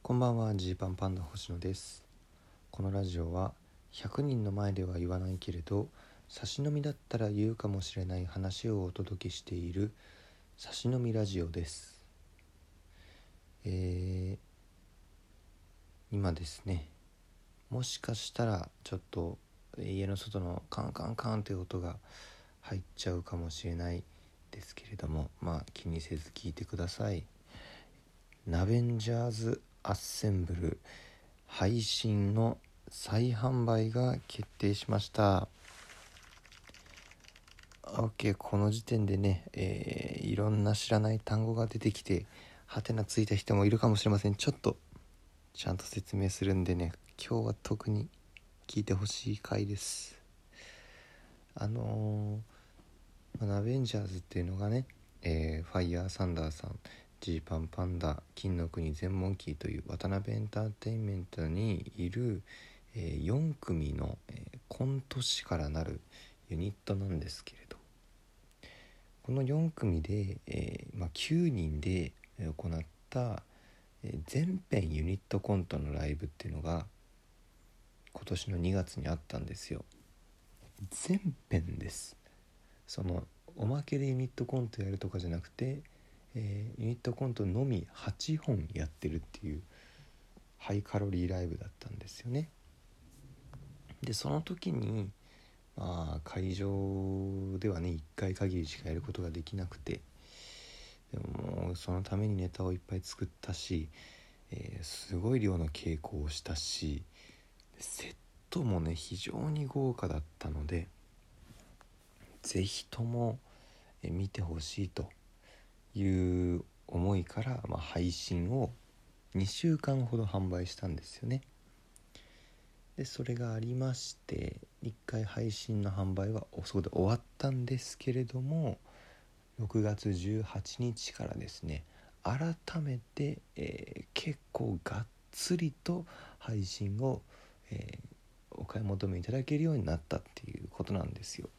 こんばんは、ジーパンパンダ星野です。このラジオは100人の前では言わないけれど差し飲みだったら言うかもしれない話をお届けしている差し飲みラジオです。今ですね、もしかしたらちょっと家の外のカンカンカンという音が入っちゃうかもしれないですけれども、気にせず聞いてください。ナベンジャーズアッセンブル配信の再販売が決定しました。 OK、 この時点でね、いろんな知らない単語が出てきてハテナついた人もいるかもしれません。ちょっとちゃんと説明するんでね、今日は特に聞いてほしい回です。ナベンジャーズっていうのがね、ファイヤーサンダーさん、ジーパンパンダ、金の国全モンキーという渡辺エンターテインメントにいる、4組の、コント師からなるユニットなんですけれど、この4組で、9人で行った、全編ユニットコントのライブっていうのが今年の2月にあったんですよ。全編です。そのおまけでユニットコントやるとかじゃなくて、ユニットコントのみ8本やってるっていうハイカロリーライブだったんですよね。でその時に会場ではね1回限りしかやることができなくて、でももうそのためにネタをいっぱい作ったし、すごい量の稽古をしたし、セットもね非常に豪華だったので、ぜひとも見てほしいという思いから、配信を2週間ほど販売したんですよね。でそれがありまして、1回配信の販売はそこで終わったんですけれども、6月18日からですね、改めて、結構がっつりと配信を、お買い求めいただけるようになったっていうことなんですよ。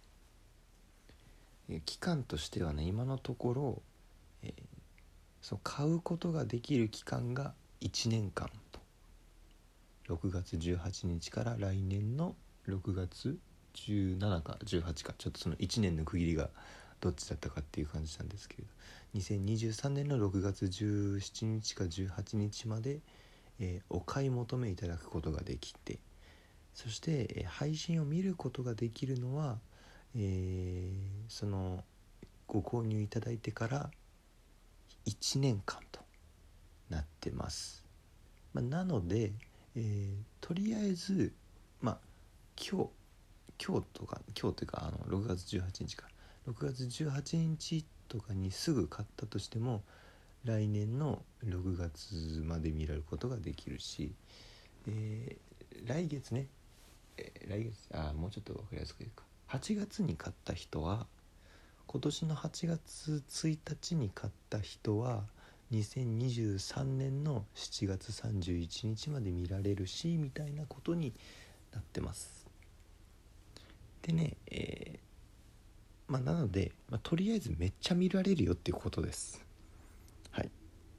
期間としてはね、今のところ、そう買うことができる期間が1年間と、6月18日から来年の6月17か18か、ちょっとその1年の区切りがどっちだったかっていう感じなんですけれど、2023年の6月17日か18日まで、お買い求めいただくことができて、そして、配信を見ることができるのは、そのご購入いただいてから1年間となってます。なので、とりあえず、今日というか6月18日から6月18日とかにすぐ買ったとしても、来年の6月まで見られることができるし、来月ね、もうちょっと分かりやすく言うか、8月に買った人は、今年の8月1日に買った人は2023年の7月31日まで見られるし、みたいなことになってます。でね、なので、とりあえずめっちゃ見られるよっていうことです。はい。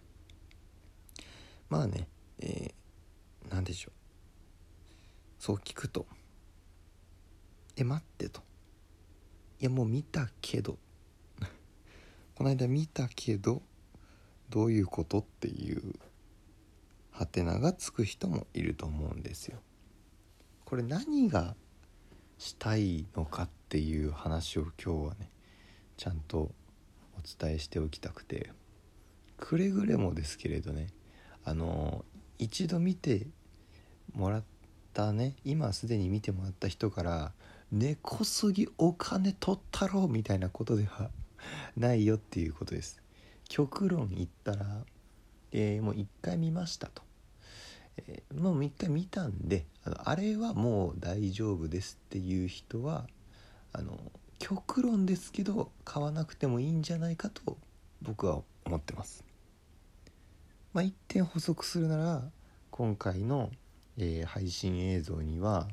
なんでしょう、そう聞くと、待ってと、いやもう見たけどこの間見たけどどういうことっていうハテナがつく人もいると思うんですよ。これ何がしたいのかっていう話を今日はねちゃんとお伝えしておきたくて、くれぐれもですけれどね、一度見てもらったね、今すでに見てもらった人から根こそぎお金取ったろみたいなことではないよっていうことです。極論言ったら、もう一回見ましたと、もう一回見たんで、あれはもう大丈夫ですっていう人は、極論ですけど買わなくてもいいんじゃないかと僕は思ってます。一点補足するなら、今回の、配信映像には、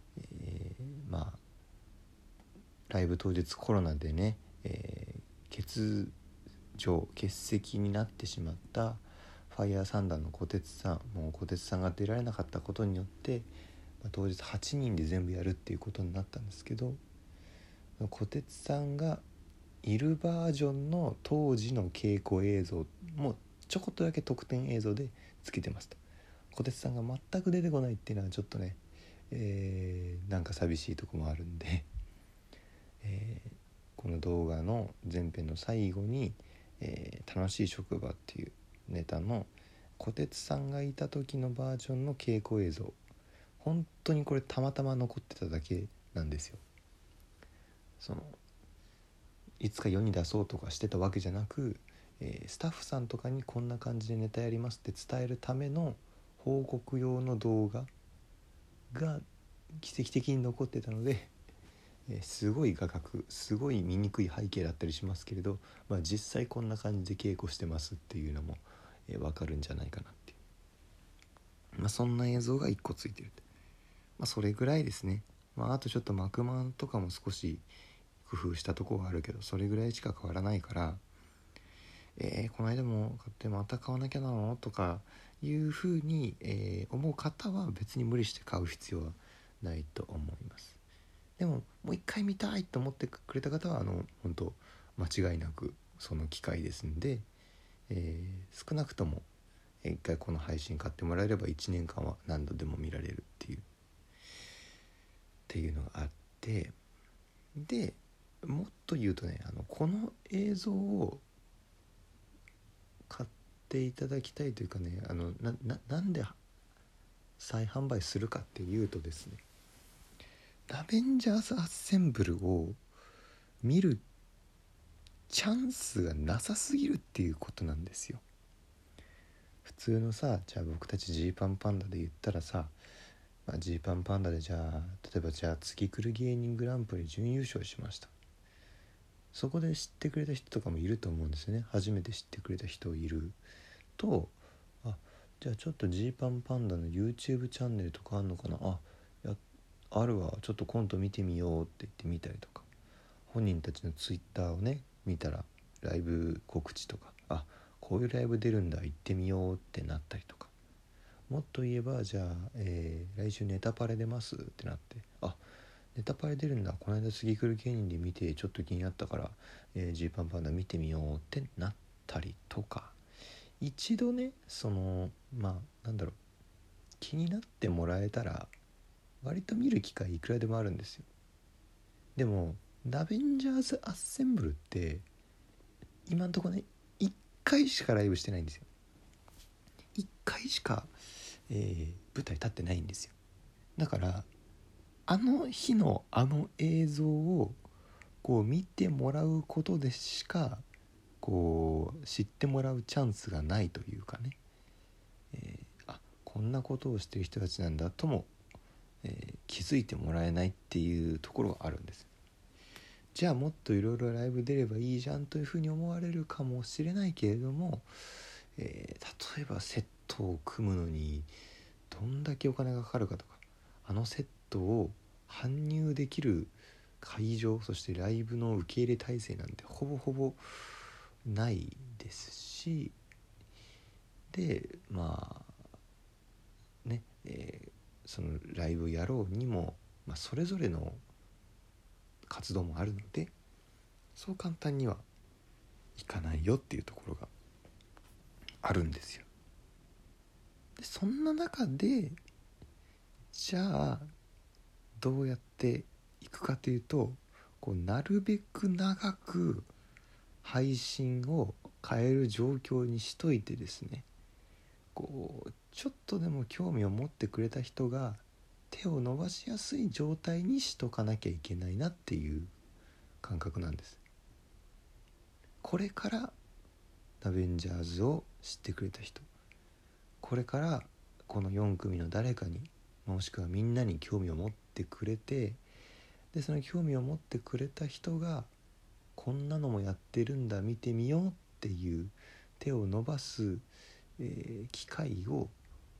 ライブ当日コロナでね、欠席になってしまったフファイヤーサンダーの小鉄さん、もう小鉄さんが出られなかったことによって、当日8人で全部やるっていうことになったんですけど、小鉄さんがいるバージョンの当時の稽古映像もちょこっとだけ特典映像でつけてました。小鉄さんが全く出てこないっていうのはちょっとね、なんか寂しいとこもあるんで、この動画の前編の最後に、楽しい職場っていうネタの小鉄さんがいた時のバージョンの稽古映像、本当にこれたまたま残ってただけなんですよ。いつか世に出そうとかしてたわけじゃなく、スタッフさんとかにこんな感じでネタやりますって伝えるための報告用の動画が奇跡的に残ってたので、すごい画角、すごい見にくい背景だったりしますけれど、実際こんな感じで稽古してますっていうのも、分かるんじゃないかなっていう、そんな映像が1個ついてる、それぐらいですね。あとちょっと幕マンとかも少し工夫したところはあるけど、それぐらいしか変わらないから、この間も買ってまた買わなきゃなのとかいうふうに、思う方は別に無理して買う必要はないと思います。でももう一回見たいと思ってくれた方は本当間違いなくその機会ですんで、少なくとも一回この配信買ってもらえれば1年間は何度でも見られるっていうのがあって、でもっと言うとね、この映像を買っていただきたいというかね、なんで再販売するかっていうとですね、アベンジャーズアッセンブルを見るチャンスがなさすぎるっていうことなんですよ。普通のさ、じゃあ僕たちジーパンパンダで言ったらさ、ジーパンパンダでじゃあ例えばじゃあ次来る芸人グランプリ準優勝しました。そこで知ってくれた人とかもいると思うんですよね。初めて知ってくれた人いると、じゃあちょっとジーパンパンダの YouTube チャンネルとかあんのかな、あるわ、ちょっとコント見てみようって言ってみたりとか、本人たちの Twitter をね見たらライブ告知とか、こういうライブ出るんだ行ってみようってなったりとか、もっと言えばじゃあ、来週ネタパレ出ますってなって、ネタパレ出るんだ、この間次来る芸人で見てちょっと気になったから、ジーパンパンダ見てみようってなったりとか、一度ね気になってもらえたら割と見る機会いくらでもあるんですよ。でもアベンジャーズアッセンブルって今んとこね1回しかライブしてないんですよ。1回しか、舞台立ってないんですよ。だからあの日のあの映像をこう見てもらうことでしかこう知ってもらうチャンスがないというかね、こんなことをしてる人たちなんだとも、気づいてもらえないっていうところがあるんです。じゃあもっといろいろライブ出ればいいじゃんというふうに思われるかもしれないけれども、例えばセットを組むのにどんだけお金がかかるかとか、あのセットを搬入できる会場、そしてライブの受け入れ体制なんてほぼほぼないですし、でね、そのライブやろうにも、それぞれの活動もあるので、そう簡単にはいかないよっていうところがあるんですよ。でそんな中でじゃあどうやっていくかというと、なるべく長く配信を変える状況にしといてですね、ちょっとでも興味を持ってくれた人が手を伸ばしやすい状態にしとかなきゃいけないなっていう感覚なんです。これからアベンジャーズを知ってくれた人、これからこの4組の誰かに、もしくはみんなに興味を持ってくれて、でその興味を持ってくれた人がこんなのもやってるんだ見てみようっていう手を伸ばす、機会を、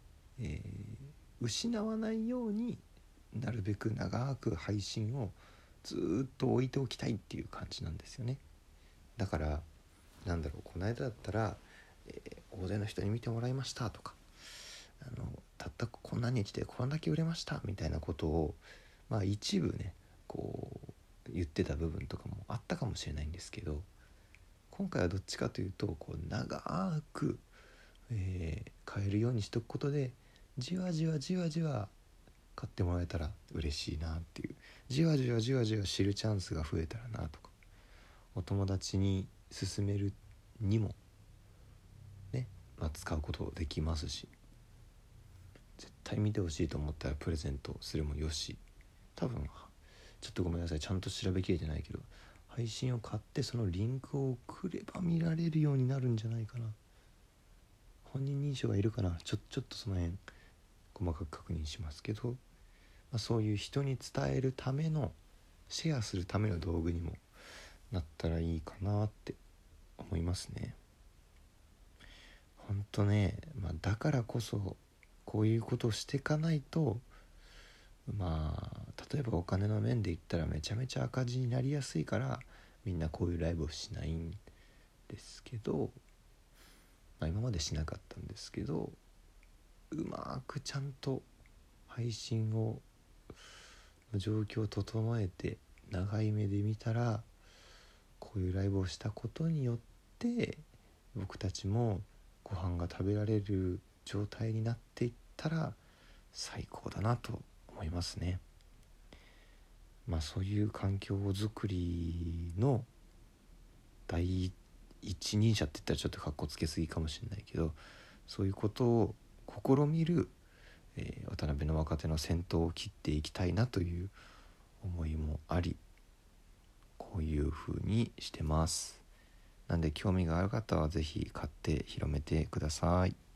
失わないようになるべく長く配信をずっと置いておきたいっていう感じなんですよね。だからこの間だったら、 大勢の人に見てもらいましたとか、たったこんな日でこんだけ売れましたみたいなことを一部ねこう言ってた部分とかもあったかもしれないんですけど、今回はどっちかというとこう長く、買えるようにしとくことでじわじわじわじわ買ってもらえたら嬉しいなっていう、じわじわじわじわ知るチャンスが増えたらなとか、お友達に勧めるにもね、使うことできますし、絶対見てほしいと思ったらプレゼントするもよし、多分ちょっとごめんなさい、ちゃんと調べきれてないけど、配信を買ってそのリンクを送れば見られるようになるんじゃないかな。本人認証がいるかな、ちょっとその辺細かく確認しますけど、そういう人に伝えるための、シェアするための道具にもなったらいいかなって思いますね。ほんとね、だからこそこういうことをしていかないと、例えばお金の面で言ったらめちゃめちゃ赤字になりやすいから、みんなこういうライブをしないんですけど、今までしなかったんですけど、うまくちゃんと配信を状況を整えて長い目で見たら、こういうライブをしたことによって僕たちもご飯が食べられる状態になっていったら最高だなと思いますね。そういう環境づくりの第一人者って言ったらちょっとかっこつけすぎかもしれないけど、そういうことを試みる、渡辺の若手の先頭を切っていきたいなという思いもあり、こういう風にしてます。なんで興味がある方はぜひ買って広めてください。